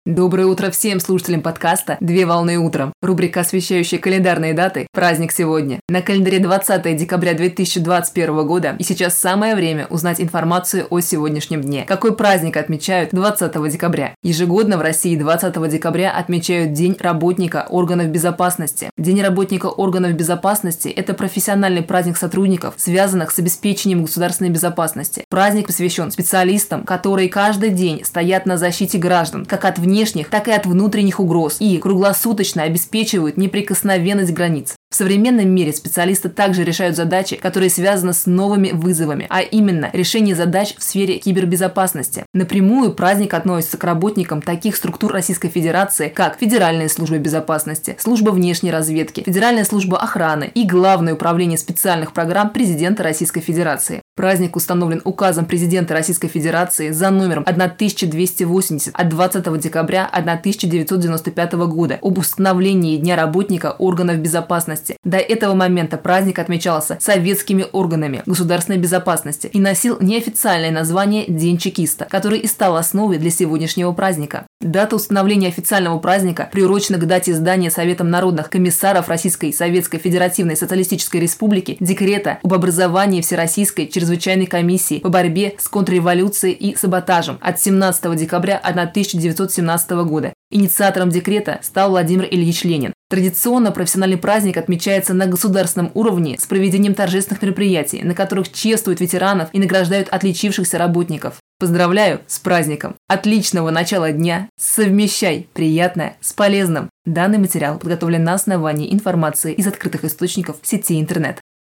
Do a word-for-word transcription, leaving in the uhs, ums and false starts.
Доброе утро всем слушателям подкаста «Две волны утром». Рубрика, освещающая календарные даты. Праздник сегодня. На календаре двадцатое декабря две тысячи двадцать первого года. И сейчас самое время узнать информацию о сегодняшнем дне. Какой праздник отмечают двадцатого декабря? Ежегодно в России двадцатого декабря отмечают День работника органов безопасности. День работника органов безопасности – это профессиональный праздник сотрудников, связанных с обеспечением государственной безопасности. Праздник посвящен специалистам, которые каждый день стоят на защите граждан, как от внешних, так и от внутренних угроз, и круглосуточно обеспечивают неприкосновенность границ. В современном мире специалисты также решают задачи, которые связаны с новыми вызовами, а именно решение задач в сфере кибербезопасности. Напрямую праздник относится к работникам таких структур Российской Федерации, как Федеральная служба безопасности, Служба внешней разведки, Федеральная служба охраны и Главное управление специальных программ Президента Российской Федерации. Праздник установлен указом Президента Российской Федерации за номером тысяча двести восемьдесят от двадцатого декабря тысяча девятьсот девяносто пятого года об установлении Дня работника органов безопасности. До этого момента праздник отмечался советскими органами государственной безопасности и носил неофициальное название День чекиста, который и стал основой для сегодняшнего праздника. Дата установления официального праздника приурочена к дате издания Советом народных комиссаров Российской Советской Федеративной Социалистической Республики декрета об образовании Всероссийской чрезвычайной комиссии по борьбе с контрреволюцией и саботажем от семнадцатого декабря тысяча девятьсот семнадцатого года. Инициатором декрета стал Владимир Ильич Ленин. Традиционно профессиональный праздник отмечается на государственном уровне с проведением торжественных мероприятий, на которых чествуют ветеранов и награждают отличившихся работников. Поздравляю с праздником! Отличного начала дня! Совмещай приятное с полезным! Данный материал подготовлен на основании информации из открытых источников в сети интернет.